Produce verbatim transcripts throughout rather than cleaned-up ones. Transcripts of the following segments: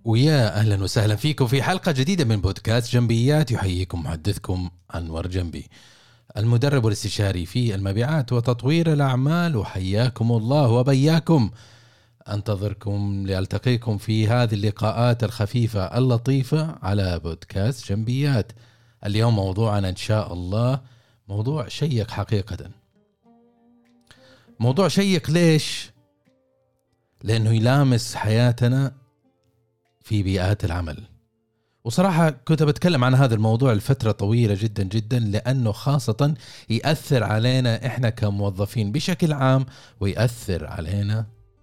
ويا أهلا وسهلا فيكم في حلقة جديدة من بودكاست جنبيات. يحييكم محدثكم أنور جنبي، المدرب والاستشاري في المبيعات وتطوير الأعمال، وحياكم الله وبياكم. أنتظركم لألتقيكم في هذه اللقاءات الخفيفة اللطيفة على بودكاست جنبيات. اليوم موضوعنا إن شاء الله موضوع شيق حقيقة. موضوع شيق ليش؟ لأنه يلامس حياتنا في بيئات العمل. وصراحة كنت بتكلم عن هذا الموضوع لفترة طويلة جدا جدا، لأنه خاصة يأثر علينا إحنا كموظفين بشكل عام، ويأثر علينا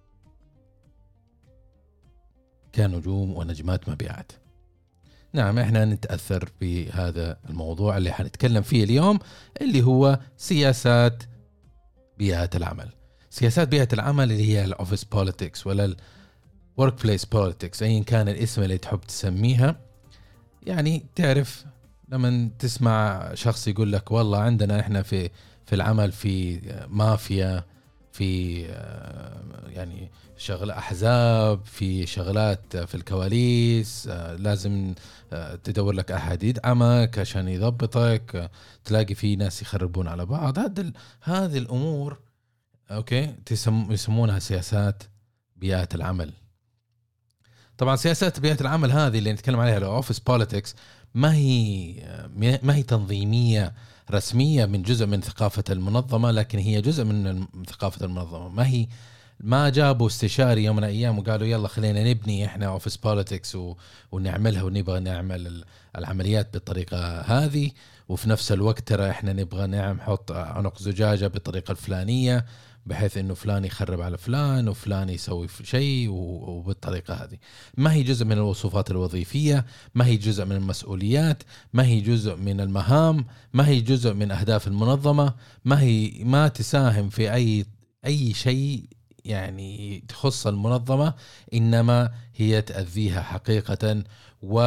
كنجوم ونجمات مبيعات. نعم، إحنا نتأثر بهذا الموضوع اللي حنتكلم فيه اليوم، اللي هو سياسات بيئات العمل. سياسات بيئة العمل اللي هي الأوفيس بوليتكس ولا الورك بليس بوليتكس، أي كان الاسم اللي تحب تسميها. يعني تعرف لما تسمع شخص يقول لك والله عندنا احنا في في العمل في مافيا، في يعني شغل احزاب، في شغلات في الكواليس، لازم تدور لك احد يدعمك عشان يضبطك، تلاقي في ناس يخربون على بعض. هذه هذه الامور اوكي يسمونها سياسات بيئات العمل. طبعا سياسات بيئة العمل هذه اللي نتكلم عليها الأوفيس بوليتكس ما هي ما هي تنظيمية رسمية من جزء من ثقافة المنظمة، لكن هي جزء من ثقافة المنظمة. ما هي ما جابوا استشاري يوم من الأيام وقالوا يلا خلينا نبني إحنا أوفيس بوليتكس ونعملها ونبغى نعمل العمليات بالطريقة هذه، وفي نفس الوقت ترى إحنا نبغى نعم نحط عنق زجاجة بالطريقة الفلانية بحيث انه فلان يخرب على فلان وفلان يسوي شيء، وبالطريقه هذه. ما هي جزء من الوظيفات الوظيفيه، ما هي جزء من المسؤوليات، ما هي جزء من المهام، ما هي جزء من اهداف المنظمه، ما هي ما تساهم في اي اي شيء يعني تخص المنظمه، انما هي تاذيها حقيقه. و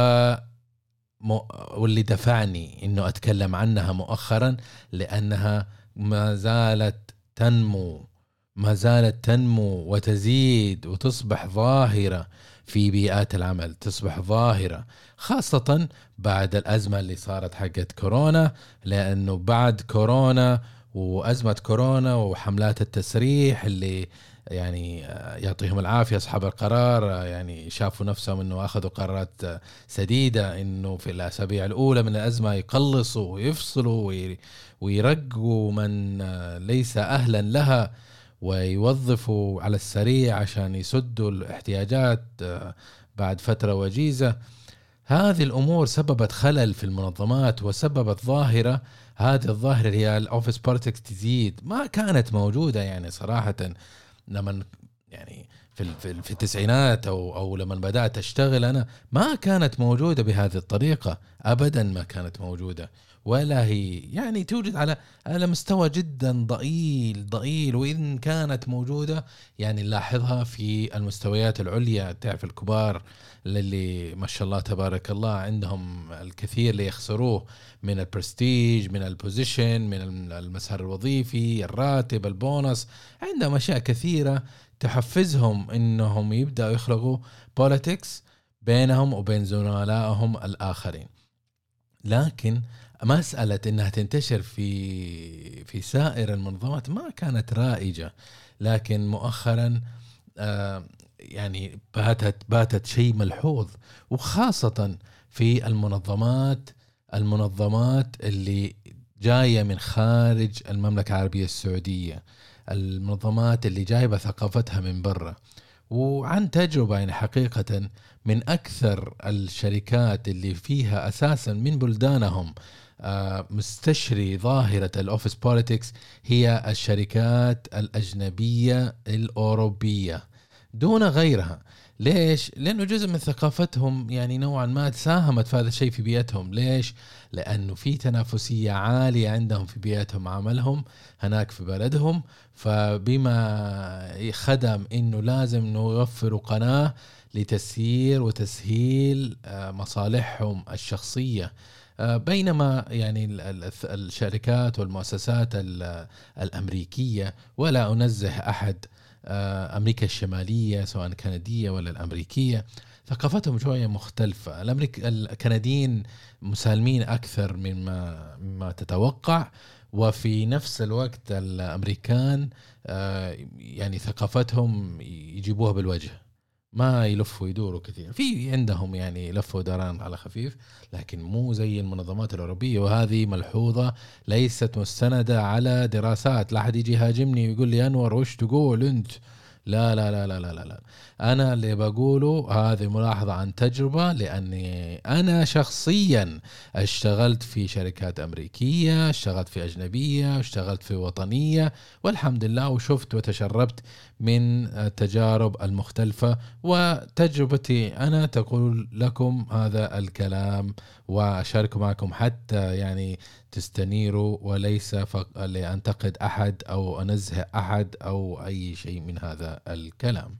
واللي دفعني انه اتكلم عنها مؤخرا لانها ما زالت تنمو ما زالت تنمو وتزيد وتصبح ظاهرة في بيئات العمل، تصبح ظاهرة خاصة بعد الأزمة اللي صارت حقت كورونا. لأنه بعد كورونا وأزمة كورونا وحملات التسريح اللي يعني يعطيهم العافية أصحاب القرار، يعني شافوا نفسهم أنه أخذوا قرارات سديدة أنه في الأسابيع الأولى من الأزمة يقلصوا ويفصلوا ويرقوا من ليس أهلا لها، ويوظفوا على السريع عشان يسدوا الاحتياجات بعد فترة وجيزة. هذه الأمور سببت خلل في المنظمات وسببت ظاهرة، هذه الظاهرة هي الأوفيس بوليتكس تزيد. ما كانت موجودة يعني صراحة لما يعني في في التسعينات أو أو لما بدأت أشتغل أنا، ما كانت موجودة بهذه الطريقة أبدا، ما كانت موجودة، ولا هي يعني توجد على على مستوى جدا ضئيل ضئيل. وإن كانت موجودة يعني نلاحظها في المستويات العليا، تعرف الكبار اللي ما شاء الله تبارك الله عندهم الكثير اللي يخسروه من البرستيج، من البوزيشن، من المسار الوظيفي، الراتب، البونص، عندهم أشياء كثيرة تحفزهم إنهم يبدأوا يخلقوا بوليتكس بينهم وبين زملائهم الآخرين. لكن مسألة إنها تنتشر في في سائر المنظمات ما كانت رائجة، لكن مؤخرا آه يعني باتت باتت شيء ملحوظ، وخاصة في المنظمات المنظمات اللي جاية من خارج المملكة العربية السعودية، المنظمات اللي جايبة ثقافتها من برا. وعن تجربة يعني حقيقة من أكثر الشركات اللي فيها أساسا من بلدانهم مستشري ظاهرة الأوفيس بوليتكس هي الشركات الأجنبية الأوروبية دون غيرها. ليش؟ لأنه جزء من ثقافتهم يعني نوعا ما ساهمت في هذا الشيء في بيئتهم. ليش؟ لأنه في تنافسية عالية عندهم في بيئتهم، عملهم هناك في بلدهم، فبما خدم إنه لازم نوفر قناة لتسيير وتسهيل مصالحهم الشخصية. بينما يعني الشركات والمؤسسات الأمريكية، ولا أنزه أحد أمريكا الشمالية سواء كندية ولا الأمريكية، ثقافتهم شوية مختلفة. الأمريك الكنديين مسالمين أكثر مما مما تتوقع، وفي نفس الوقت الأمريكان يعني ثقافتهم يجيبوها بالوجه، ما يلفوا يدوروا كثير. في عندهم يعني لفوا دوران على خفيف، لكن مو زي المنظمات الأوروبية. وهذه ملحوظة ليست مستندة على دراسات. لا أحد يجي هاجمني ويقول لي أنور وش تقول أنت. لا لا لا لا لا لا, لا. أنا اللي بقوله هذه ملاحظة عن تجربة، لأني أنا شخصيا اشتغلت في شركات أمريكية، اشتغلت في أجنبية، اشتغلت في وطنية، والحمد لله، وشفت وتشربت من التجارب المختلفة. وتجربتي أنا تقول لكم هذا الكلام وأشارك معكم حتى يعني تستنيروا، وليس فقط لأنتقد أحد أو أنزه أحد أو أي شيء من هذا الكلام.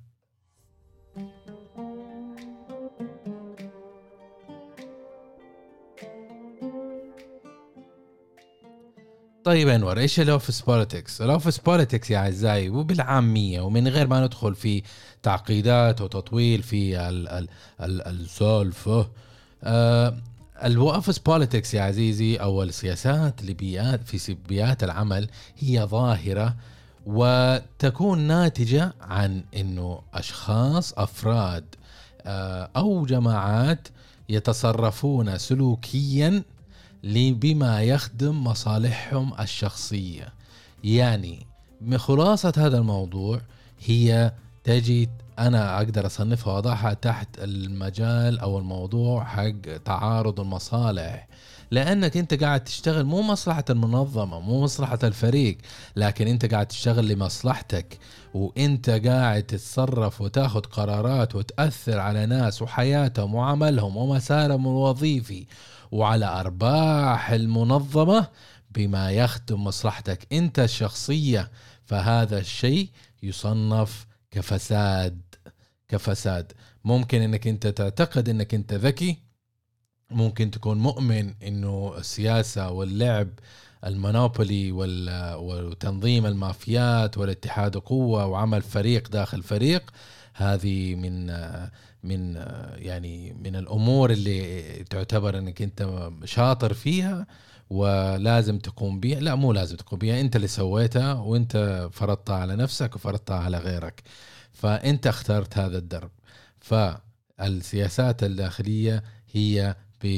طيب أنور، إيش الأوفيس بوليتكس؟ الأوفيس بوليتكس يا أعزائي وبالعامية ومن غير ما ندخل في تعقيدات وتطويل في السالفة، آه الأوفيس بوليتكس يا عزيزي أو السياسات لبيئات في بيئات العمل هي ظاهرة وتكون ناتجة عن إنه أشخاص أفراد آه أو جماعات يتصرفون سلوكيا بما يخدم مصالحهم الشخصية. يعني من خلاصة هذا الموضوع هي تجي أنا أقدر أصنفها وأضعها تحت المجال أو الموضوع حق تعارض المصالح، لأنك أنت قاعد تشتغل مو مصلحة المنظمة، مو مصلحة الفريق، لكن أنت قاعد تشتغل لمصلحتك، وأنت قاعد تتصرف وتاخد قرارات وتأثر على ناس وحياتهم وعملهم ومسارهم الوظيفي وعلى أرباح المنظمة بما يخدم مصلحتك أنت الشخصية. فهذا الشيء يصنف كفساد. كفساد ممكن أنك أنت تعتقد أنك أنت ذكي، ممكن تكون مؤمن أنه السياسة واللعب المونوبولي وتنظيم المافيات والاتحاد قوة وعمل فريق داخل فريق، هذه من من يعني من الأمور اللي تعتبر أنك أنت شاطر فيها ولازم تقوم بها. لا، مو لازم تقوم بها، أنت اللي سويتها وأنت فرضتها على نفسك وفرضتها على غيرك، فأنت اخترت هذا الدرب. فالسياسات الداخلية هي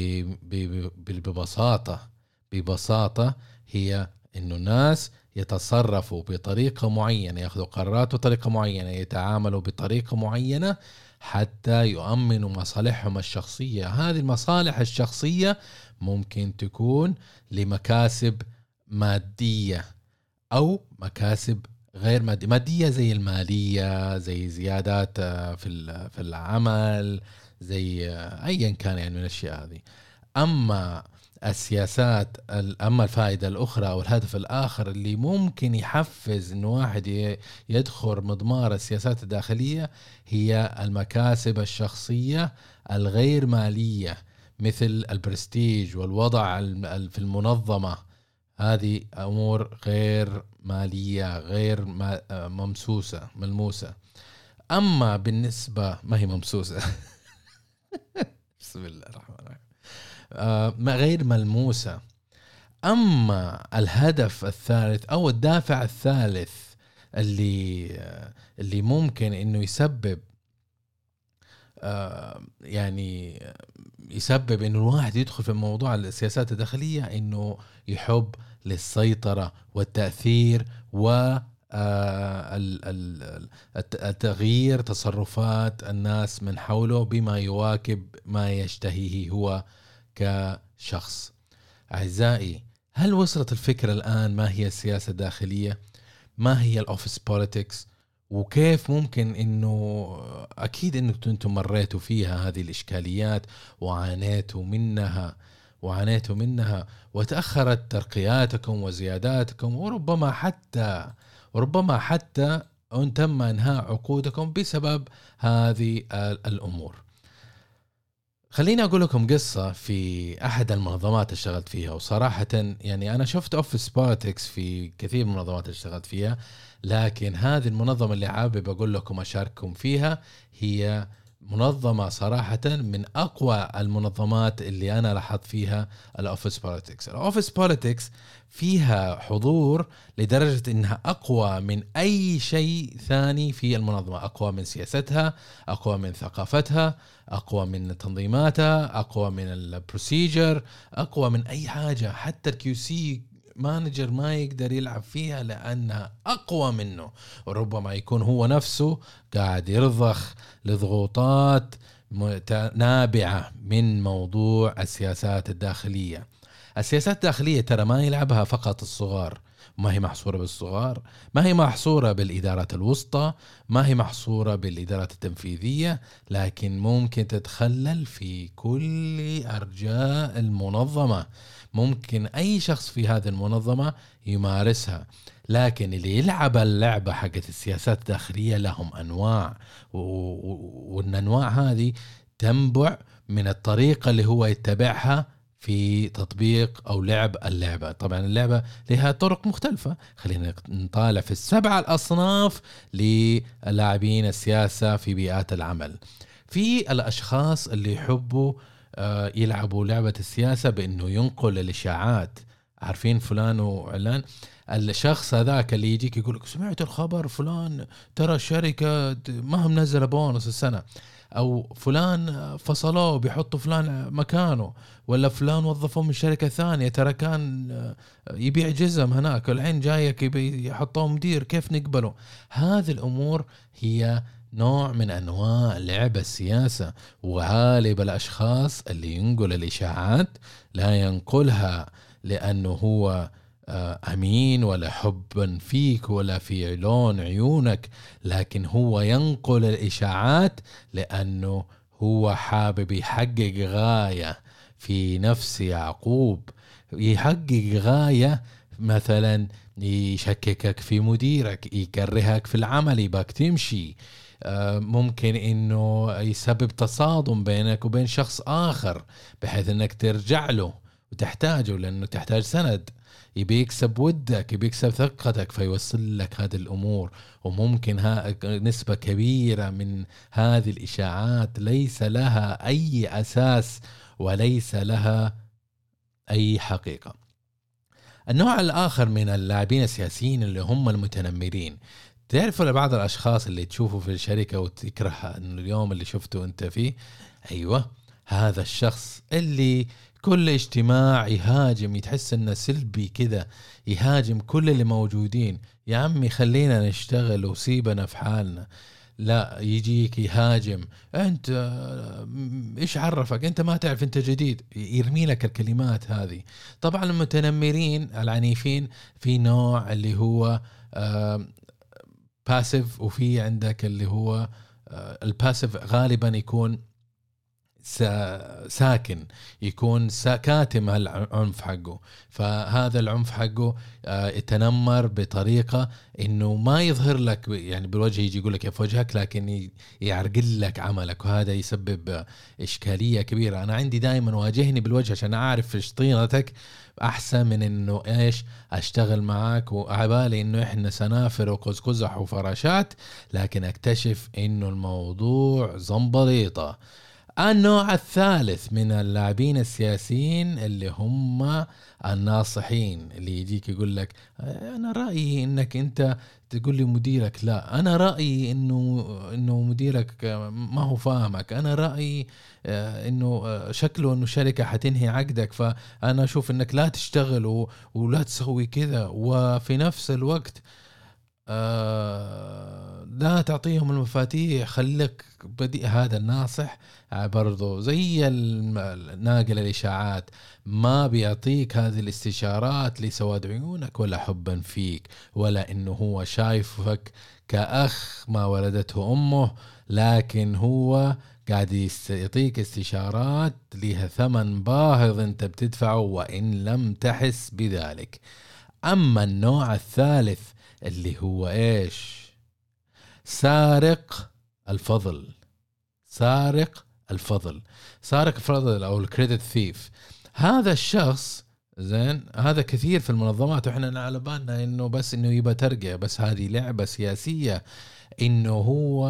ببساطة ببساطة هي إنه الناس يتصرفوا بطريقة معينة، يأخذوا قرارات بطريقة معينة، يتعاملوا بطريقة معينة حتى يؤمنوا مصالحهم الشخصية. هذه المصالح الشخصية ممكن تكون لمكاسب مادية أو مكاسب غير مادية. مادية زي المالية، زي زيادات في في العمل، زي أيا كان يعني من الأشياء هذه. أما السياسات، أما الفائدة الأخرى أو الهدف الآخر اللي ممكن يحفز إنه واحد يدخل مضمار السياسات الداخلية هي المكاسب الشخصية الغير مالية، مثل البرستيج والوضع في المنظمة. هذه أمور غير مالية، غير ممسوسة ملموسة. أما بالنسبة ما هي ممسوسة بسم الله الرحمن الرحيم آه ما غير ملموسة. أما الهدف الثالث أو الدافع الثالث اللي آه اللي ممكن إنه يسبب آه يعني يسبب إنه الواحد يدخل في موضوع السياسات الداخلية، إنه يحب للسيطرة والتأثير و التغيير تصرفات الناس من حوله بما يواكب ما يشتهيه هو كشخص. أعزائي، هل وصلت الفكرة الآن ما هي السياسة الداخلية؟ ما هي الأوفيس بوليتكس؟ وكيف ممكن إنه أكيد إنه أنتم مريتوا فيها هذه الإشكاليات وعانيتوا منها وعانيتوا منها وتأخرت ترقياتكم وزياداتكم، وربما حتى وربما حتى أن تم إنهاء عقودكم بسبب هذه الأمور. خليني أقول لكم قصة في أحد المنظمات اللي اشتغلت فيها، وصراحة يعني أنا شفت أوفيس بوليتكس في كثير من المنظمات اللي اشتغلت فيها، لكن هذه المنظمة اللي حابب أقول لكم أشارككم فيها هي منظمة صراحة من أقوى المنظمات اللي أنا لاحظت فيها الأوفيس بوليتكس. الأوفيس بوليتكس فيها حضور لدرجة إنها أقوى من أي شيء ثاني في المنظمة، أقوى من سياستها، أقوى من ثقافتها، أقوى من تنظيماتها، أقوى من البروسيجر، أقوى من أي حاجة. حتى الكيو سي مانجر ما يقدر يلعب فيها لأنها أقوى منه، وربما يكون هو نفسه قاعد يرضخ لضغوطات نابعة من موضوع السياسات الداخلية. السياسات الداخلية ترى ما يلعبها فقط الصغار، ما هي محصورة بالصغار، ما هي محصورة بالإدارات الوسطى، ما هي محصورة بالإدارات التنفيذية، لكن ممكن تتخلل في كل أرجاء المنظمة. ممكن أي شخص في هذه المنظمة يمارسها، لكن اللي يلعب اللعبة حقت السياسات الداخلية لهم أنواع، والأنواع هذه تنبع من الطريقة اللي هو يتبعها في تطبيق أو لعب اللعبة. طبعا اللعبة لها طرق مختلفة، خلينا نطالع في السبعة الأصناف للاعبين السياسة في بيئات العمل. في الأشخاص اللي يحبوا يلعبوا لعبة السياسة بأنه ينقل الإشاعات، عارفين فلان وعلان، الشخص هذاك اللي يجيك يقول لك سمعت الخبر فلان ترى الشركة ما هم نزل بونص السنة، أو فلان فصلوه بيحطوا فلان مكانه، ولا فلان وظفوه من شركة ثانية ترى كان يبيع جزم هناك الحين جايك يحطوه مدير، كيف نقبله؟ هذه الأمور هي نوع من أنواع لعب السياسة. وغالب الأشخاص اللي ينقل الإشاعات لا ينقلها لأنه هو أمين ولا حبا فيك ولا في لون عيونك، لكن هو ينقل الإشاعات لأنه هو حابب يحقق غاية في نفس يعقوب، يحقق غاية مثلا يشككك في مديرك، يكرهك في العمل، يباك تمشي، ممكن انه يسبب تصادم بينك وبين شخص اخر بحيث انك ترجع له وتحتاجه لانه تحتاج سند، يبي يكسب ودك، يبي يكسب ثقتك، فيوصل لك هذه الامور. وممكن ها نسبة كبيرة من هذه الاشاعات ليس لها اي اساس وليس لها اي حقيقة. النوع الاخر من اللاعبين السياسيين اللي هم المتنمرين. تعرفوا لبعض الأشخاص اللي تشوفوا في الشركة وتكره إنه اليوم اللي شفته أنت فيه، أيوة هذا الشخص اللي كل اجتماع يهاجم، يتحس إنه سلبي كذا، يهاجم كل اللي موجودين. يا عمي خلينا نشتغل وسيبنا في حالنا، لا يجيك يهاجم، أنت إيش عرفك، أنت ما تعرف، أنت جديد، يرمي لك الكلمات هذه. طبعا المتنمرين العنيفين في نوع اللي هو آه باسيف، وفي عندك اللي هو الباسيف غالبا يكون ساكن، يكون كاتم العنف حقه، فهذا العنف حقه يتنمر بطريقة انه ما يظهر لك يعني بالوجه، يجي يقول لك في وجهك لكن يعرقل لك عملك، وهذا يسبب إشكالية كبيرة. انا عندي دائما واجهني بالوجه عشان اعرف ايش طينتك، احسن من انه ايش اشتغل معاك وعبالي انه احنا سنافر وقزقزح وفراشات، لكن اكتشف انه الموضوع زنبليطة. النوع الثالث من اللاعبين السياسيين اللي هم الناصحين، اللي يجيك يقول لك أنا رأيي إنك أنت تقول لي مديرك لا، أنا رأيي إنه إنه مديرك ما هو فاهمك، أنا رأيي إنه شكله إنه شركة حتنهي عقدك، فأنا أشوف إنك لا تشتغل ولا تسوي كذا. وفي نفس الوقت آه لا تعطيهم المفاتيح، خليك بدي. هذا الناصح برضو زي ناقل الإشاعات، ما بيعطيك هذه الاستشارات لسواد عيونك ولا حبا فيك، ولا إنه هو شايفك كأخ ما ولدته أمه، لكن هو قاعد يعطيك استشارات لها ثمن باهظ أنت بتدفعه وإن لم تحس بذلك. أما النوع الثالث اللي هو إيش؟ سارق الفضل، سارق الفضل سارق الفضل أو الكريدت ثيف. هذا الشخص زين، هذا كثير في المنظمات، وإحنا على بالنا إنه بس إنه يبى ترقية، بس هذه لعبة سياسية، إنه هو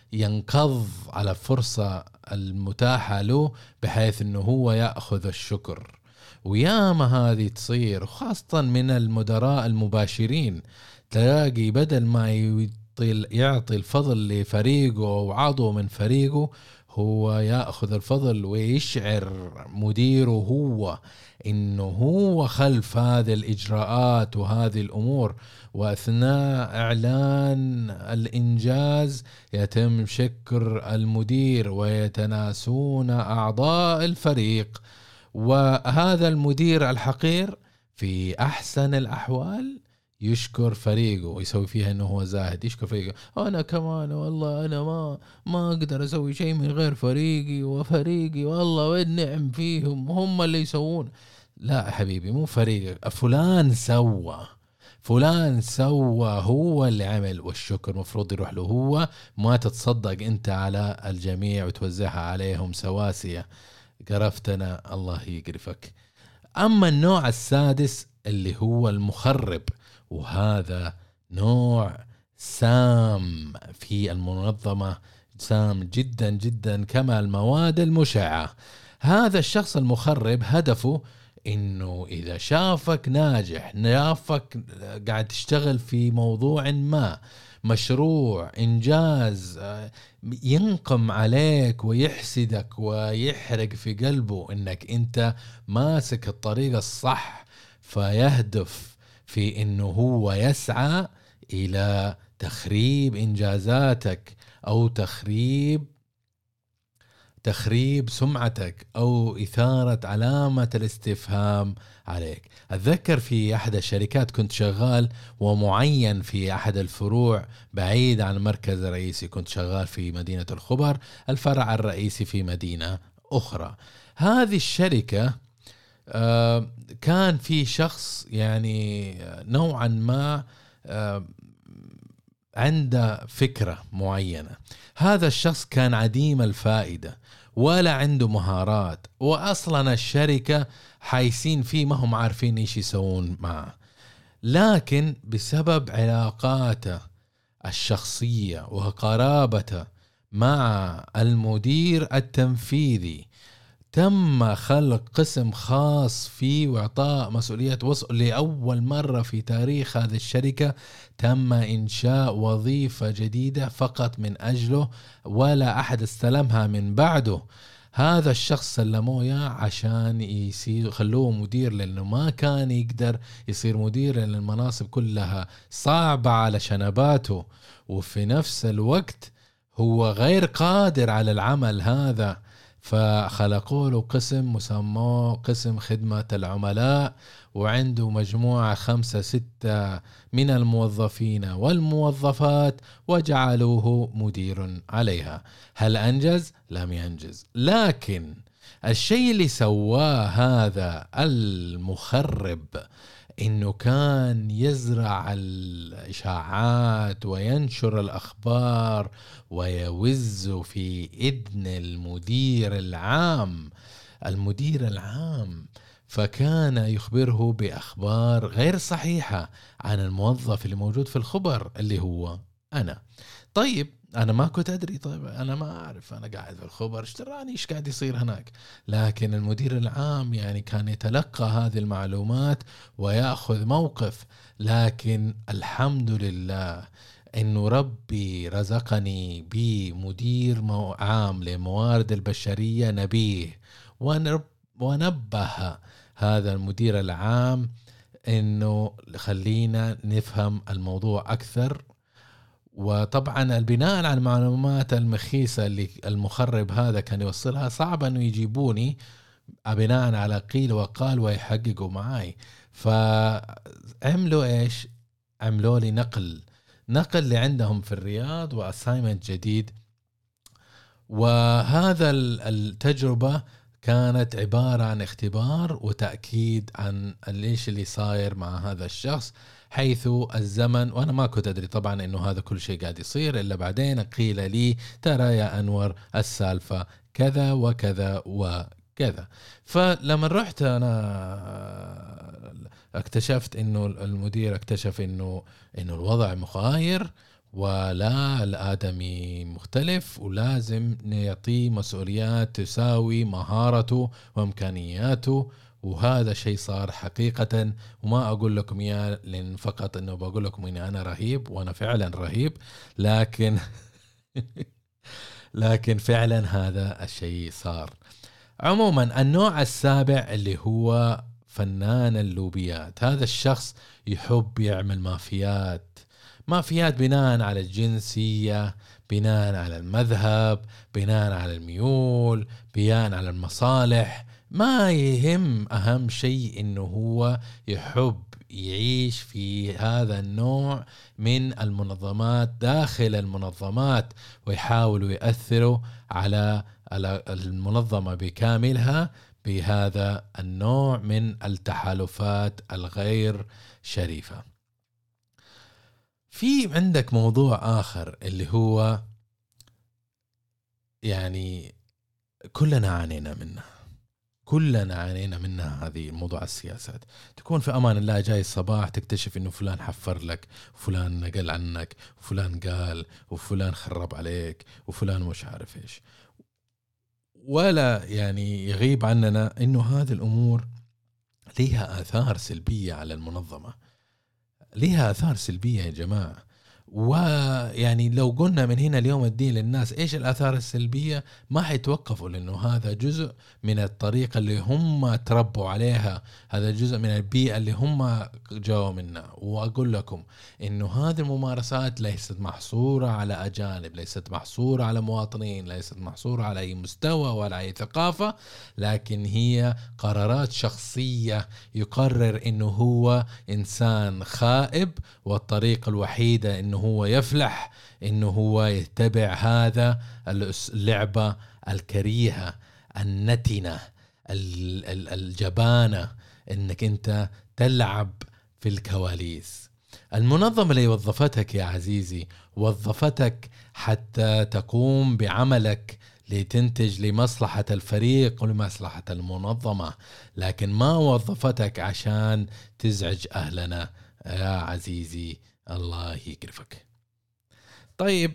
ينقض على فرصة المتاحة له بحيث أنه هو يأخذ الشكر. وياما هذه تصير خاصة من المدراء المباشرين، تلاقي بدل ما يعطي يعطي الفضل لفريقه أو عضو من فريقه، هو يأخذ الفضل ويشعر مديره هو إنه هو خلف هذه الإجراءات وهذه الأمور، وأثناء إعلان الإنجاز يتم شكر المدير ويتناسون أعضاء الفريق. وهذا المدير الحقير في أحسن الأحوال يشكر فريقه ويسوي فيها انه هو زاهد، يشكر فريقه، انا كمان والله انا ما ما اقدر اسوي شيء من غير فريقي، وفريقي والله والنعم فيهم هم اللي يسوون. لا حبيبي، مو فريقك، فلان سوى فلان سوى هو اللي عمل، والشكر مفروض يروح له هو، ما تتصدق انت على الجميع وتوزعها عليهم سواسية. قرفتنا الله يقرفك. اما النوع السادس اللي هو المخرب، وهذا نوع سام في المنظمة، سام جدا جدا كما المواد المشعة. هذا الشخص المخرب هدفه انه اذا شافك ناجح، شافك قاعد تشتغل في موضوع ما، مشروع انجاز، ينقم عليك ويحسدك ويحرق في قلبه انك انت ماسك الطريقة الصح، فيهدف في انه هو يسعى الى تخريب انجازاتك او تخريب تخريب سمعتك أو إثارة علامة الاستفهام عليك. أتذكر في أحد الشركات كنت شغال ومعين في أحد الفروع بعيد عن المركز الرئيسي، كنت شغال في مدينة الخبر، الفرع الرئيسي في مدينة أخرى. هذه الشركة كان في شخص يعني نوعا ما عنده فكرة معينة. هذا الشخص كان عديم الفائدة ولا عنده مهارات، وأصلا الشركة حايسين فيه ما هم عارفين إيش يسوون معه، لكن بسبب علاقاته الشخصية وقرابته مع المدير التنفيذي تم خلق قسم خاص فيه وإعطاء مسؤوليات وصل. لأول مرة في تاريخ هذه الشركة تم إنشاء وظيفة جديدة فقط من أجله، ولا أحد استلمها من بعده. هذا الشخص سلموه إياه عشان يصير خلوه مدير، لأنه ما كان يقدر يصير مدير لأن المناصب كلها صعبة على شنباته، وفي نفس الوقت هو غير قادر على العمل هذا. فخلقوا له قسم مسموه قسم خدمة العملاء، وعنده مجموعة خمسة ستة من الموظفين والموظفات وجعلوه مدير عليها. هل أنجز؟ لم ينجز. لكن الشيء اللي سواه هذا المخرب إنه كان يزرع الإشاعات وينشر الأخبار ويوز في إذن المدير العام المدير العام فكان يخبره بأخبار غير صحيحة عن الموظف اللي موجود في الخبر اللي هو أنا. طيب أنا ما كنت أدري، طيب أنا ما أعرف، أنا قاعد في الخبر اشتراني إيش قاعد يصير هناك. لكن المدير العام يعني كان يتلقى هذه المعلومات ويأخذ موقف. لكن الحمد لله إنه ربي رزقني بمدير عام لموارد البشرية نبيه، ونبه هذا المدير العام إنه خلينا نفهم الموضوع أكثر. وطبعا البناء على المعلومات المخيسة اللي المخرب هذا كان يوصلها صعب أنه يجيبوني بناء على قيل وقال ويحققوا معاي. فعملوا إيش؟ عملوا لي نقل نقل اللي عندهم في الرياض وأسايمنت جديد. وهذا التجربة كانت عبارة عن اختبار وتأكيد عن ليش اللي صاير مع هذا الشخص، حيث الزمن، وأنا ما كنت أدري طبعا إنه هذا كل شيء قاعد يصير إلا بعدين قيل لي ترى يا أنور السالفة كذا وكذا وكذا. فلما رحت أنا اكتشفت إنه المدير اكتشف إنه إنه الوضع مغاير، ولا الآدمي مختلف، ولازم نعطيه مسؤوليات تساوي مهارته وإمكانياته. وهذا شيء صار حقيقة، وما أقول لكم إياه لأن فقط أنه بقول لكم إني أنا رهيب، وأنا فعلا رهيب، لكن لكن فعلا هذا الشيء صار. عموما النوع السابع اللي هو فنان اللوبيات. هذا الشخص يحب يعمل مافيات، مافيات بناء على الجنسية، بناء على المذهب، بناء على الميول، بناء على المصالح. ما يهم، أهم شيء إنه هو يحب يعيش في هذا النوع من المنظمات داخل المنظمات، ويحاولوا يأثروا على المنظمة بكاملها بهذا النوع من التحالفات الغير شريفة. في عندك موضوع آخر اللي هو يعني كلنا عانينا منه، كلنا عانينا منها، هذه موضوع السياسات. تكون في أمان الله جاي الصباح تكتشف إنه فلان حفر لك، وفلان نقل عنك، وفلان قال، وفلان خرب عليك، وفلان مش عارف إيش. ولا يعني يغيب عننا إنه هذه الأمور ليها آثار سلبية على المنظمة، ليها آثار سلبية يا جماعة. ويعني لو قلنا من هنا اليوم الدين للناس إيش الآثار السلبية، ما حيتوقفوا، لأنه هذا جزء من الطريقة اللي هم تربوا عليها، هذا جزء من البيئة اللي هم جاوا منها. وأقول لكم إنه هذه الممارسات ليست محصورة على أجانب، ليست محصورة على مواطنين، ليست محصورة على أي مستوى ولا أي ثقافة، لكن هي قرارات شخصية. يقرر إنه هو إنسان خائب، والطريقة الوحيدة إنه هو يفلح إنه هو يتبع هذا اللعبة الكريهة النتنة الجبانة، إنك أنت تلعب في الكواليس. المنظمة اللي وظفتك يا عزيزي وظفتك حتى تقوم بعملك لتنتج لمصلحة الفريق ولمصلحة المنظمة، لكن ما وظفتك عشان تزعج أهلنا يا عزيزي. الله يكرفك. طيب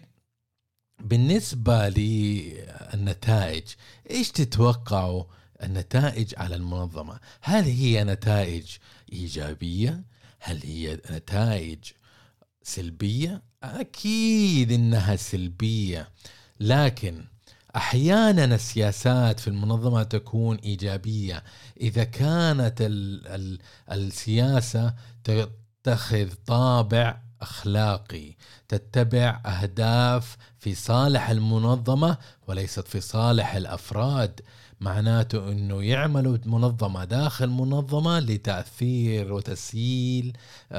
بالنسبة للنتائج، إيش تتوقعوا النتائج على المنظمة؟ هل هي نتائج إيجابية؟ هل هي نتائج سلبية؟ أكيد إنها سلبية، لكن أحيانا السياسات في المنظمة تكون إيجابية إذا كانت ال ال السياسة تتخذ طابع أخلاقي، تتبع أهداف في صالح المنظمة وليست في صالح الأفراد. معناته أنه يعملوا منظمة داخل منظمة لتأثير وتسهيل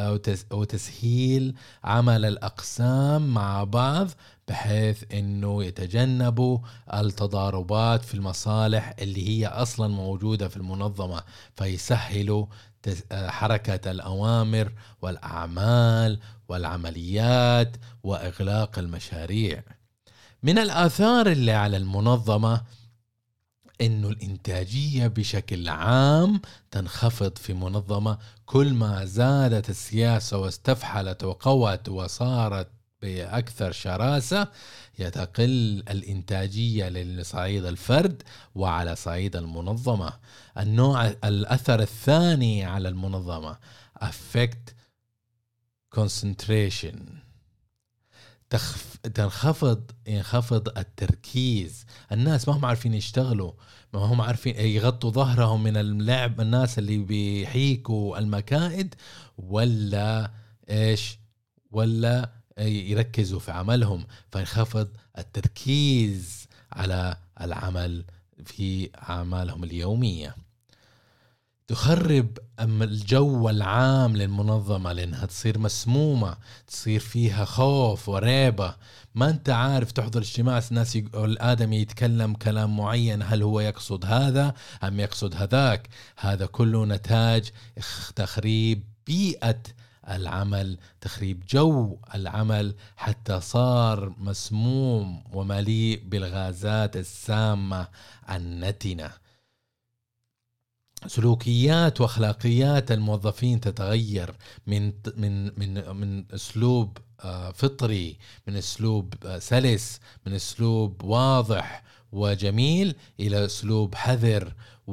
وتسهيل عمل الأقسام مع بعض، بحيث أنه يتجنبوا التضاربات في المصالح اللي هي أصلا موجودة في المنظمة، فيسهلوا حركة الأوامر والأعمال والعمليات وإغلاق المشاريع. من الآثار اللي على المنظمة إنه الإنتاجية بشكل عام تنخفض في منظمة. كل ما زادت السياسة واستفحلت وقوت وصارت بأكثر شراسة، يتقل الإنتاجية لصعيد الفرد وعلى صعيد المنظمة. النوع الأثر الثاني على المنظمة affect concentration، تخف... تنخفض ينخفض التركيز. الناس ما هم عارفين يشتغلوا، ما هم عارفين يغطوا ظهرهم من اللعب، الناس اللي بيحيكوا المكائد، ولا إيش، ولا يركزوا في عملهم، فينخفض التركيز على العمل في أعمالهم اليومية. تخرب الجو العام للمنظمة، لأنها تصير مسمومة، تصير فيها خوف وريبة. ما أنت عارف تحضر اجتماع الناس الآدمي يتكلم كلام معين، هل هو يقصد هذا أم يقصد هذاك؟ هذا كله نتاج تخريب بيئة العمل، تخريب جو العمل، حتى صار مسموم ومليء بالغازات السامة النتنة. سلوكيات واخلاقيات الموظفين تتغير من من من من اسلوب فطري، من اسلوب سلس، من اسلوب واضح وجميل الى اسلوب حذر،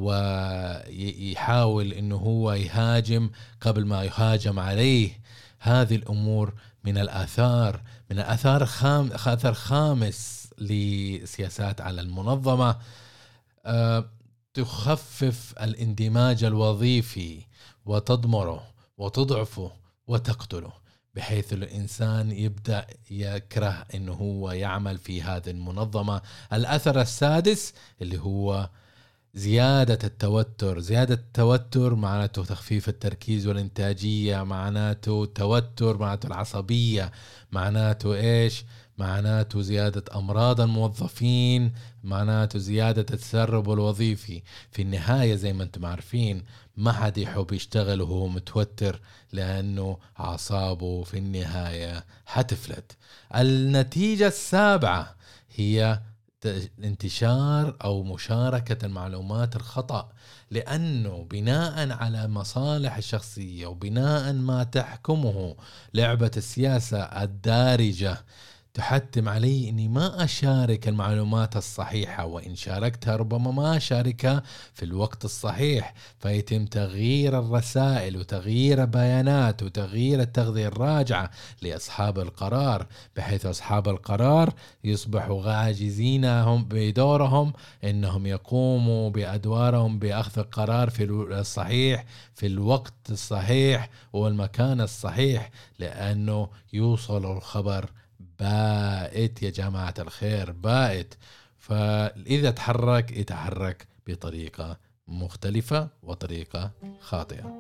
ويحاول انه هو يهاجم قبل ما يهاجم عليه. هذه الامور من الاثار من الاثار خام اثر خامس لسياسات على المنظمة. أه تخفف الاندماج الوظيفي وتضمره وتضعفه وتقتله، بحيث الإنسان يبدأ يكره إنه هو يعمل في هذه المنظمة. الأثر السادس اللي هو زيادة التوتر. زيادة التوتر معناته تخفيف التركيز والإنتاجية، معناته توتر، معناته العصبية، معناته إيش؟ معناته زيادة أمراض الموظفين، معناته زيادة التسرب الوظيفي. في النهاية زي ما انتم عارفين ما حد يحب يشتغل وهو متوتر، لأنه أعصابه في النهاية حتفلت. النتيجة السابعة هي انتشار أو مشاركة المعلومات الخطأ، لأنه بناء على مصالح الشخصية وبناء ما تحكمه لعبة السياسة الدارجة تحتم علي أني ما أشارك المعلومات الصحيحة، وإن شاركتها ربما ما أشاركها في الوقت الصحيح، فيتم تغيير الرسائل وتغيير البيانات وتغيير التغذية الراجعة لأصحاب القرار، بحيث أصحاب القرار يصبحوا عاجزين هم بدورهم أنهم يقوموا بأدوارهم بأخذ القرار في الصحيح في الوقت الصحيح والمكان الصحيح، لأنه يوصل الخبر بائت يا جماعة الخير، بائت. فإذا تحرك يتحرك بطريقة مختلفة وطريقة خاطئة.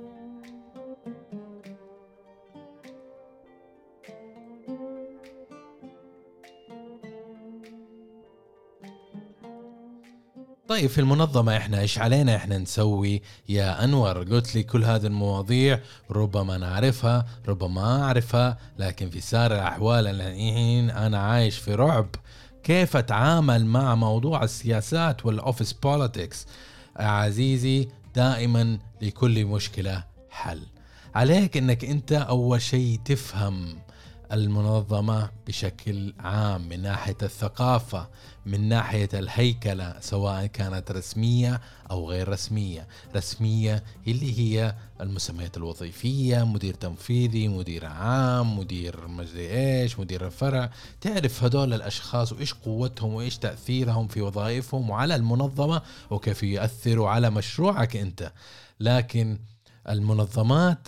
طيب في المنظمة إحنا إيش علينا إحنا نسوي يا أنور؟ قلت لي كل هذه المواضيع ربما نعرفها ربما أعرفها، لكن في سائر الأحوال الحين أنا عايش في رعب. كيف أتعامل مع موضوع السياسات والأوفيس بوليتكس؟ عزيزي دائما لكل مشكلة حل. عليك إنك أنت أول شيء تفهم المنظمة بشكل عام، من ناحية الثقافة، من ناحية الهيكلة، سواء كانت رسمية أو غير رسمية. رسمية اللي هي المسميات الوظيفية، مدير تنفيذي، مدير عام، مدير مجري إيش، مدير الفرع. تعرف هدول الأشخاص وإيش قوتهم وإيش تأثيرهم في وظائفهم وعلى المنظمة وكيف يؤثروا على مشروعك أنت. لكن المنظمات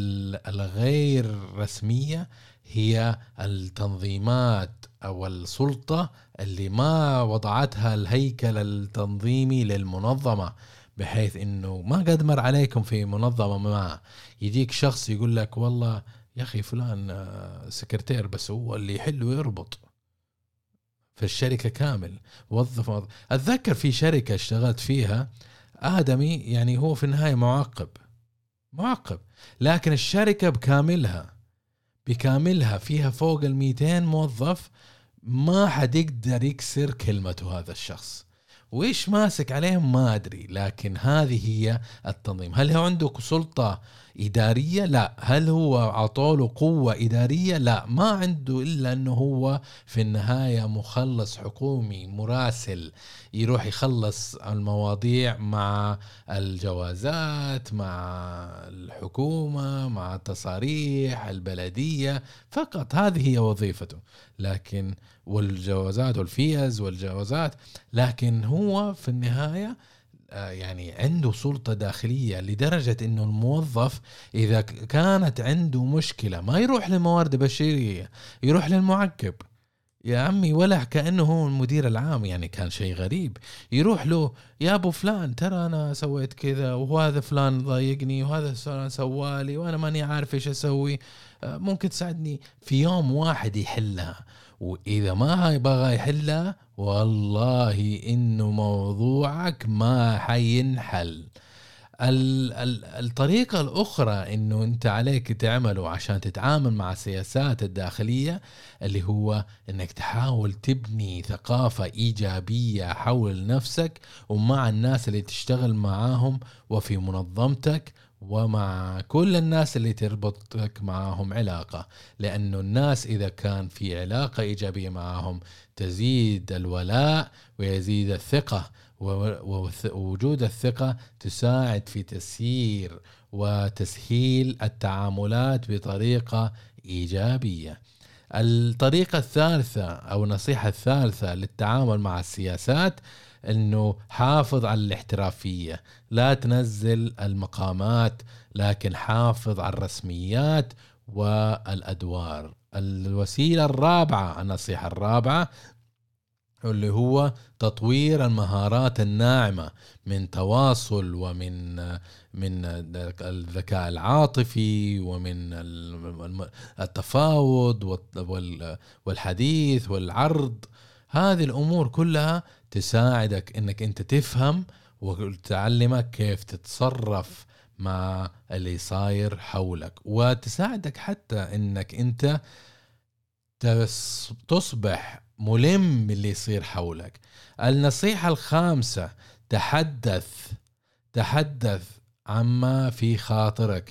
الغير رسمية هي التنظيمات أو السلطة اللي ما وضعتها الهيكل التنظيمي للمنظمة، بحيث إنه ما قد مر عليكم في منظمة ما يجيك شخص يقول لك والله يا أخي فلان سكرتير بس هو اللي يحل ويربط في الشركة كامل. وظف. أتذكر في شركة اشتغلت فيها آدمي، يعني هو في النهاية معاقب معاقب لكن الشركة بكاملها بكاملها فيها فوق الميتين موظف، ما حد يقدر يكسر كلمته هذا الشخص. وإيش ماسك عليهم ما أدري، لكن هذه هي التنظيم. هل هو عنده سلطة إدارية؟ لا. هل هو عطوله قوة إدارية؟ لا، ما عنده، إلا أنه هو في النهاية مخلص حكومي مراسل، يروح يخلص المواضيع مع الجوازات، مع الحكومة، مع التصاريح البلدية فقط. هذه هي وظيفته. لكن والجوازات والفيز والجوازات، لكن هو في النهاية يعني عنده سلطة داخلية، لدرجة انه الموظف اذا كانت عنده مشكلة ما يروح للموارد البشرية، يروح للمعقب يا عمي، ولا كأنه هو المدير العام. يعني كان شيء غريب. يروح له يا ابو فلان ترى انا سويت كذا وهذا فلان ضايقني وهذا فلان سوالي وانا ماني عارف ايش اسوي، ممكن تساعدني؟ في يوم واحد يحلها. وإذا ما يبغى يحلها والله إنه موضوعك ما حينحل. ال- ال- الطريقة الأخرى إنه أنت عليك تعمله عشان تتعامل مع السياسات الداخلية، اللي هو إنك تحاول تبني ثقافة إيجابية حول نفسك ومع الناس اللي تشتغل معاهم وفي منظمتك ومع كل الناس اللي تربطك معاهم علاقة. لأنه الناس إذا كان في علاقة إيجابية معاهم تزيد الولاء ويزيد الثقة، ووجود الثقة تساعد في تسيير وتسهيل التعاملات بطريقة إيجابية. الطريقة الثالثة أو النصيحة الثالثة للتعامل مع السياسات أنه حافظ على الاحترافية، لا تنزل المقامات لكن حافظ على الرسميات والأدوار. الوسيلة الرابعة، النصيحة الرابعة، اللي هو تطوير المهارات الناعمة من تواصل ومن من الذكاء العاطفي ومن التفاوض والحديث والعرض. هذه الأمور كلها تساعدك إنك أنت تفهم وتعلمك كيف تتصرف مع اللي صاير حولك، وتساعدك حتى إنك أنت تصبح ملم باللي يصير حولك. النصيحة الخامسة، تحدث تحدث عما في خاطرك.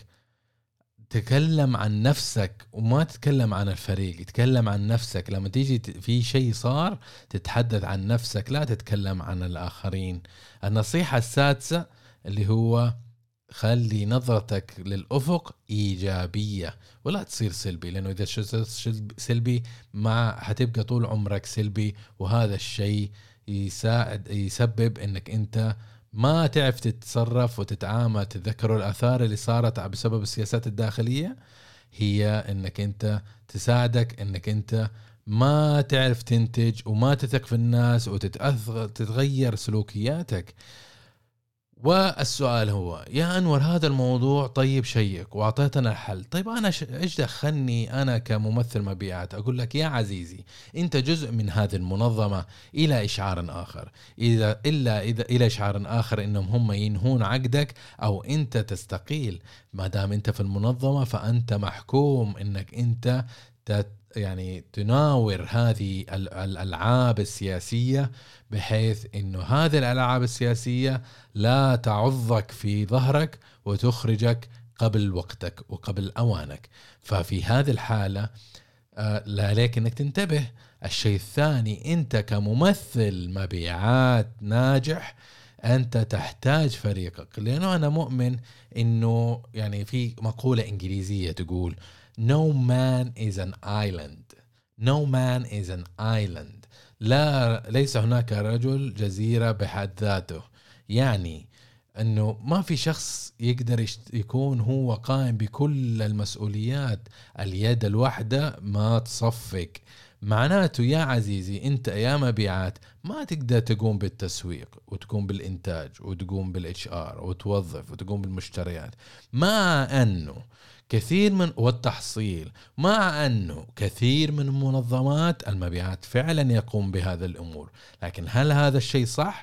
تكلم عن نفسك وما تتكلم عن الفريق، تتكلم عن نفسك. لما تيجي في شيء صار تتحدث عن نفسك، لا تتكلم عن الآخرين. النصيحة السادسة اللي هو خلي نظرتك للأفق إيجابية ولا تصير سلبي، لأنه إذا صرت سلبي ما هتبقى طول عمرك سلبي، وهذا الشيء يساعد يسبب إنك أنت ما تعرف تتصرف وتتعامل. تذكروا الآثار اللي صارت بسبب السياسات الداخلية هي إنك أنت تساعدك إنك أنت ما تعرف تنتج وما تثق في الناس وتتغير سلوكياتك. والسؤال هو يا أنور، هذا الموضوع طيب شيك وأعطيتنا الحل، طيب أنا إيش دخلني أنا كممثل مبيعات؟ أقول لك يا عزيزي، أنت جزء من هذه المنظمة إلى إشعار آخر، إذا إلا إذا إلى إشعار آخر إنهم هم ينهون عقدك أو أنت تستقيل. ما دام أنت في المنظمة فأنت محكوم إنك أنت تت يعني تناور هذه الألعاب السياسية، بحيث إنه هذه الألعاب السياسية لا تعضك في ظهرك وتخرجك قبل وقتك وقبل أوانك. ففي هذه الحالة لا عليك إنك تنتبه. الشيء الثاني، أنت كممثل مبيعات ناجح أنت تحتاج فريقك، لأنه أنا مؤمن إنه يعني في مقولة إنجليزية تقول No man is an island. No man is an island. لا ليس هناك رجل جزيرة بحد ذاته. يعني أنه ما في شخص يقدر يكون هو قائم بكل المسؤوليات. اليد الواحدة ما تصفق. معناته يا عزيزي أنت يا مبيعات ما تقدر تقوم بالتسويق وتقوم بالإنتاج وتقوم بالإتش آر وتوظف وتقوم بالمشتريات، مع أنه كثير من والتحصيل مع أنه كثير من منظمات المبيعات فعلا يقوم بهذا الأمور. لكن هل هذا الشيء صح؟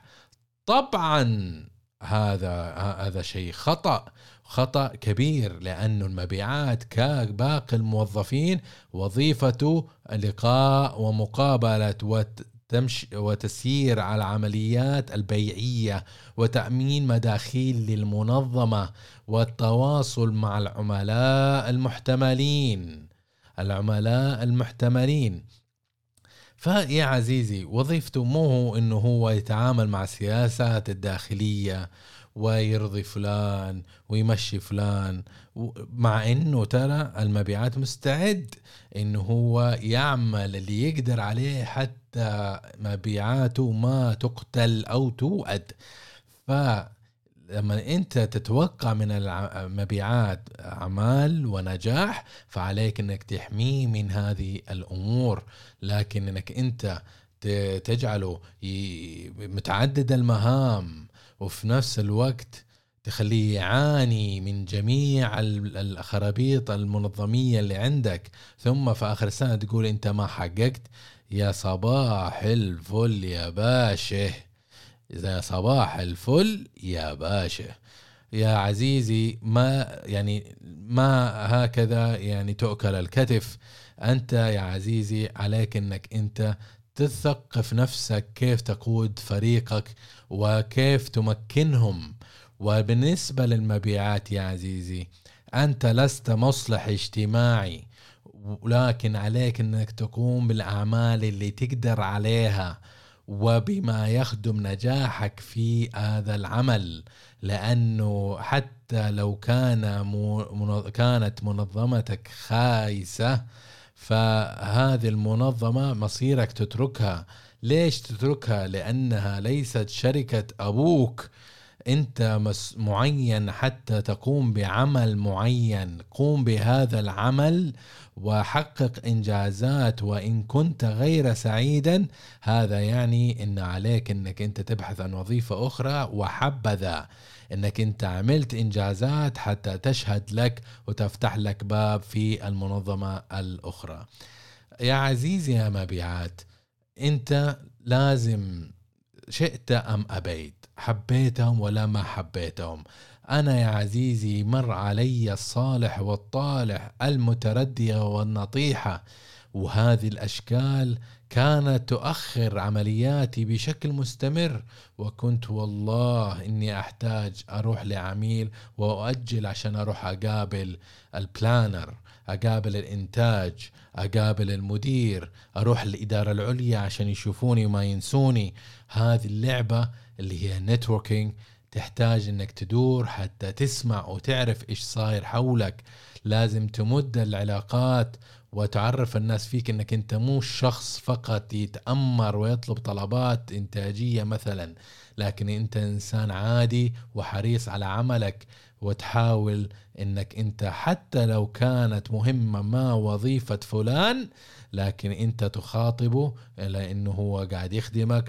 طبعا هذا هذا شيء خطأ خطأ كبير، لأن المبيعات كباقي الموظفين وظيفته لقاء ومقابلة وتمشي وتسيير على العمليات البيعية وتأمين مداخيل للمنظمة والتواصل مع العملاء المحتملين العملاء المحتملين. فيا عزيزي وظيفته مو هو إنه هو يتعامل مع السياسات الداخلية ويرضي فلان ويمشي فلان، مع إنه ترى المبيعات مستعد إنه هو يعمل اللي يقدر عليه حتى مبيعاته ما تقتل أو توأد. فلما أنت تتوقع من المبيعات أعمال ونجاح فعليك إنك تحميه من هذه الأمور، لكن إنك أنت تجعله متعدد المهام وفي نفس الوقت تخليه يعاني من جميع الخرابيط المنظمية اللي عندك، ثم في آخر السنة تقول أنت ما حققت، يا صباح الفل يا باشا، إذا صباح الفل يا باشا. يا عزيزي ما يعني ما هكذا يعني تؤكل الكتف. أنت يا عزيزي عليك أنك أنت تثقف نفسك كيف تقود فريقك وكيف تمكنهم. وبالنسبة للمبيعات يا عزيزي، أنت لست مصلح اجتماعي، ولكن عليك أنك تقوم بالأعمال اللي تقدر عليها وبما يخدم نجاحك في هذا العمل. لأنه حتى لو كان مو كانت منظمتك خايسة، فهذه المنظمة مصيرك تتركها. ليش تتركها؟ لأنها ليست شركة أبوك. أنت معين حتى تقوم بعمل معين، قوم بهذا العمل وحقق إنجازات. وإن كنت غير سعيدا، هذا يعني إن عليك إنك أنت تبحث عن وظيفة أخرى، وحبذا إنك أنت عملت إنجازات حتى تشهد لك وتفتح لك باب في المنظمة الأخرى. يا عزيزي يا مبيعات، أنت لازم شئت أم أبيت، حبيتهم ولا ما حبيتهم. أنا يا عزيزي مر علي الصالح والطالح، المتردية والنطيحة، وهذه الأشكال كانت تؤخر عملياتي بشكل مستمر. وكنت والله إني أحتاج أروح لعميل وأؤجل عشان أروح أقابل البلانر، أقابل الإنتاج، أقابل المدير، أروح الإدارة العليا عشان يشوفوني وما ينسوني. هذه اللعبة اللي هي نتوركينج تحتاج إنك تدور حتى تسمع وتعرف إيش صاير حولك. لازم تمد العلاقات وتعرف الناس فيك إنك أنت مو شخص فقط يتأمر ويطلب طلبات إنتاجية مثلا، لكن أنت إنسان عادي وحريص على عملك، وتحاول إنك أنت حتى لو كانت مهمة ما وظيفة فلان، لكن أنت تخاطبه لأنه هو قاعد يخدمك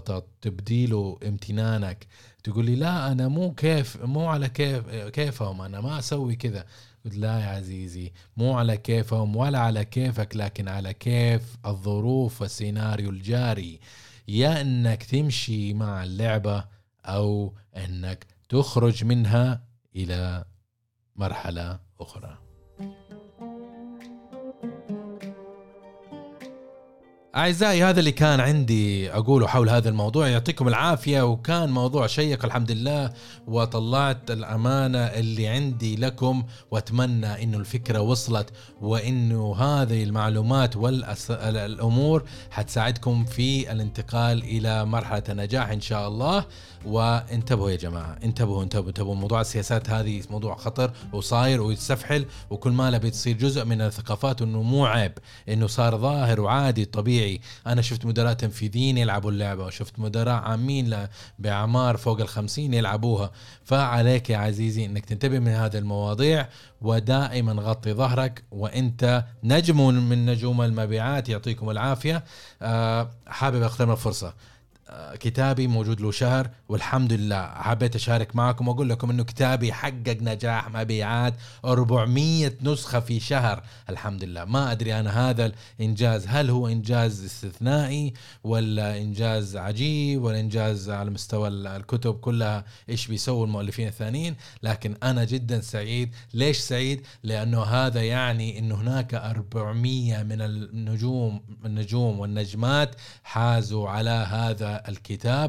وتبديله امتنانك. تقول لي لا أنا مو كيف مو على كيف كيفهم، أنا ما أسوي كذا. قلت لا يا عزيزي، مو على كيفهم ولا على كيفك، لكن على كيف الظروف والسيناريو الجاري. يا أنك تمشي مع اللعبة أو أنك تخرج منها إلى مرحلة أخرى. أعزائي، هذا اللي كان عندي أقوله حول هذا الموضوع. يعطيكم العافية، وكان موضوع شيق الحمد لله، وطلعت الأمانة اللي عندي لكم، وأتمنى إنه الفكرة وصلت، وإنه هذه المعلومات والأمور حتساعدكم في الانتقال إلى مرحلة النجاح إن شاء الله. وانتبهوا يا جماعة، انتبهوا انتبهوا انتبهوا موضوع السياسات هذه موضوع خطر وصاير ويتسفحل، وكل ما له بتصير جزء من الثقافات، إنه مو عيب، إنه صار ظاهر وعادي طبيعي. أنا شفت مدراء تنفيذيين يلعبوا اللعبة، وشفت مدراء عامين بأعمار فوق الخمسين يلعبوها. فعليك يا عزيزي إنك تنتبه من هذه المواضيع، ودائما غطي ظهرك، وإنت نجم من نجوم المبيعات. يعطيكم العافية. أه حابب أختم الفرصة، كتابي موجود له شهر والحمد لله. حبيت أشارك معكم وأقول لكم إنه كتابي حقق نجاح مبيعات أربعمية نسخة في شهر الحمد لله. ما أدري أنا هذا الإنجاز هل هو إنجاز استثنائي ولا إنجاز عجيب ولا إنجاز على مستوى الكتب كلها إيش بيسووا المؤلفين الثانيين، لكن أنا جدا سعيد. ليش سعيد؟ لأنه هذا يعني إنه هناك أربعمية من النجوم النجوم والنجمات حازوا على هذا الكتاب،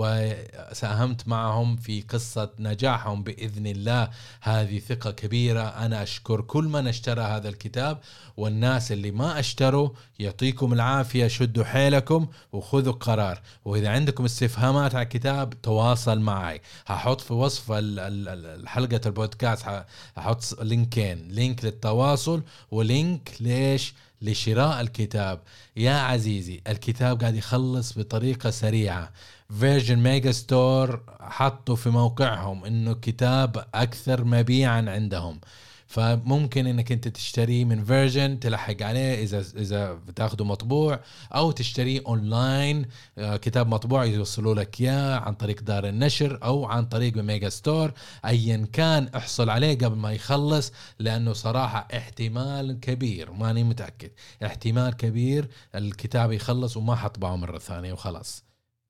وساهمت معهم في قصة نجاحهم بإذن الله. هذه ثقة كبيرة. أنا أشكر كل من اشترى هذا الكتاب، والناس اللي ما اشتروا يعطيكم العافية، شدوا حيلكم وخذوا قرار. وإذا عندكم استفهامات على الكتاب تواصل معي، هحط في وصف الحلقة البودكاست هحط لينكين، لينك للتواصل ولينك ليش لشراء الكتاب. يا عزيزي الكتاب قاعد يخلص بطريقة سريعة. فيرجن ميجا ستور حطوا في موقعهم انه كتاب اكثر مبيعا عندهم، فممكن انك انت تشتريه من فيرجن تلحق عليه اذا اذا بتاخده مطبوع، او تشتريه اونلاين كتاب مطبوع يوصلوا لك اياه عن طريق دار النشر او عن طريق ميجا ستور. ايا كان احصل عليه قبل ما يخلص، لانه صراحة احتمال كبير، ماني متأكد، احتمال كبير الكتاب يخلص وما حطبعه مرة ثانية وخلاص.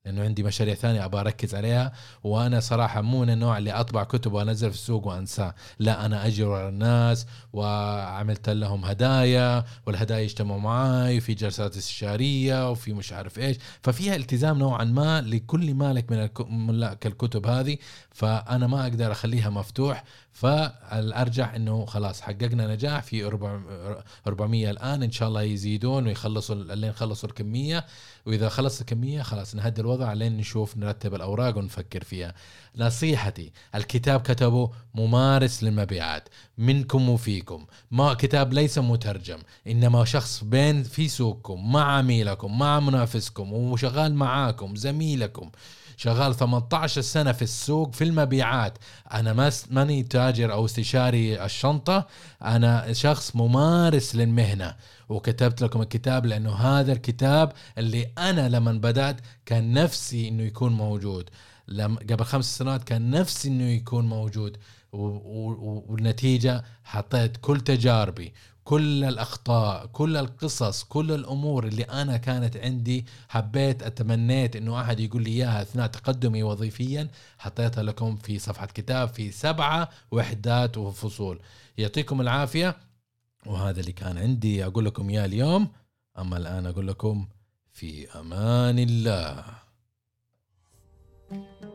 لأنه عندي مشاريع ثانية أبغى أركز عليها. وأنا صراحة مو من النوع اللي أطبع كتب وأنزل في السوق وأنساه، لا أنا أجر على الناس وعملت لهم هدايا، والهدايا يجتمعوا معاي في جلسات استشارية وفي مش عارف إيش، ففيها التزام نوعا ما لكل مالك من ملاك الكتب هذه، فأنا ما أقدر أخليها مفتوح. فالأرجح إنه خلاص حققنا نجاح في أربعمية الآن، إن شاء الله يزيدون ويخلصوا اللي نخلصوا الكمية، وإذا خلص الكمية خلاص نهدي الوضع لين نشوف نرتب الأوراق ونفكر فيها. نصيحتي، الكتاب كتبه ممارس للمبيعات منكم وفيكم، ما كتاب ليس مترجم، إنما شخص بين في سوقكم مع عميلكم مع منافسكم وشغال معاكم زميلكم شغال ثمانية عشر سنة في السوق في المبيعات. أنا ماني تاجر أو استشاري الشنطة، أنا شخص ممارس للمهنة، وكتبت لكم الكتاب لأنه هذا الكتاب اللي أنا لما بدأت كان نفسي إنه يكون موجود. لما قبل خمس سنوات كان نفسي إنه يكون موجود، والنتيجة حطيت كل تجاربي، كل الأخطاء، كل القصص، كل الأمور اللي أنا كانت عندي حبيت أتمنيت إنه أحد يقول لي إياها أثناء تقدمي وظيفيا، حطيتها لكم في صفحة كتاب في سبعة وحدات وفصول. يعطيكم العافية. وهذا اللي كان عندي أقول لكم إياه اليوم. أما الآن أقول لكم في أمان الله.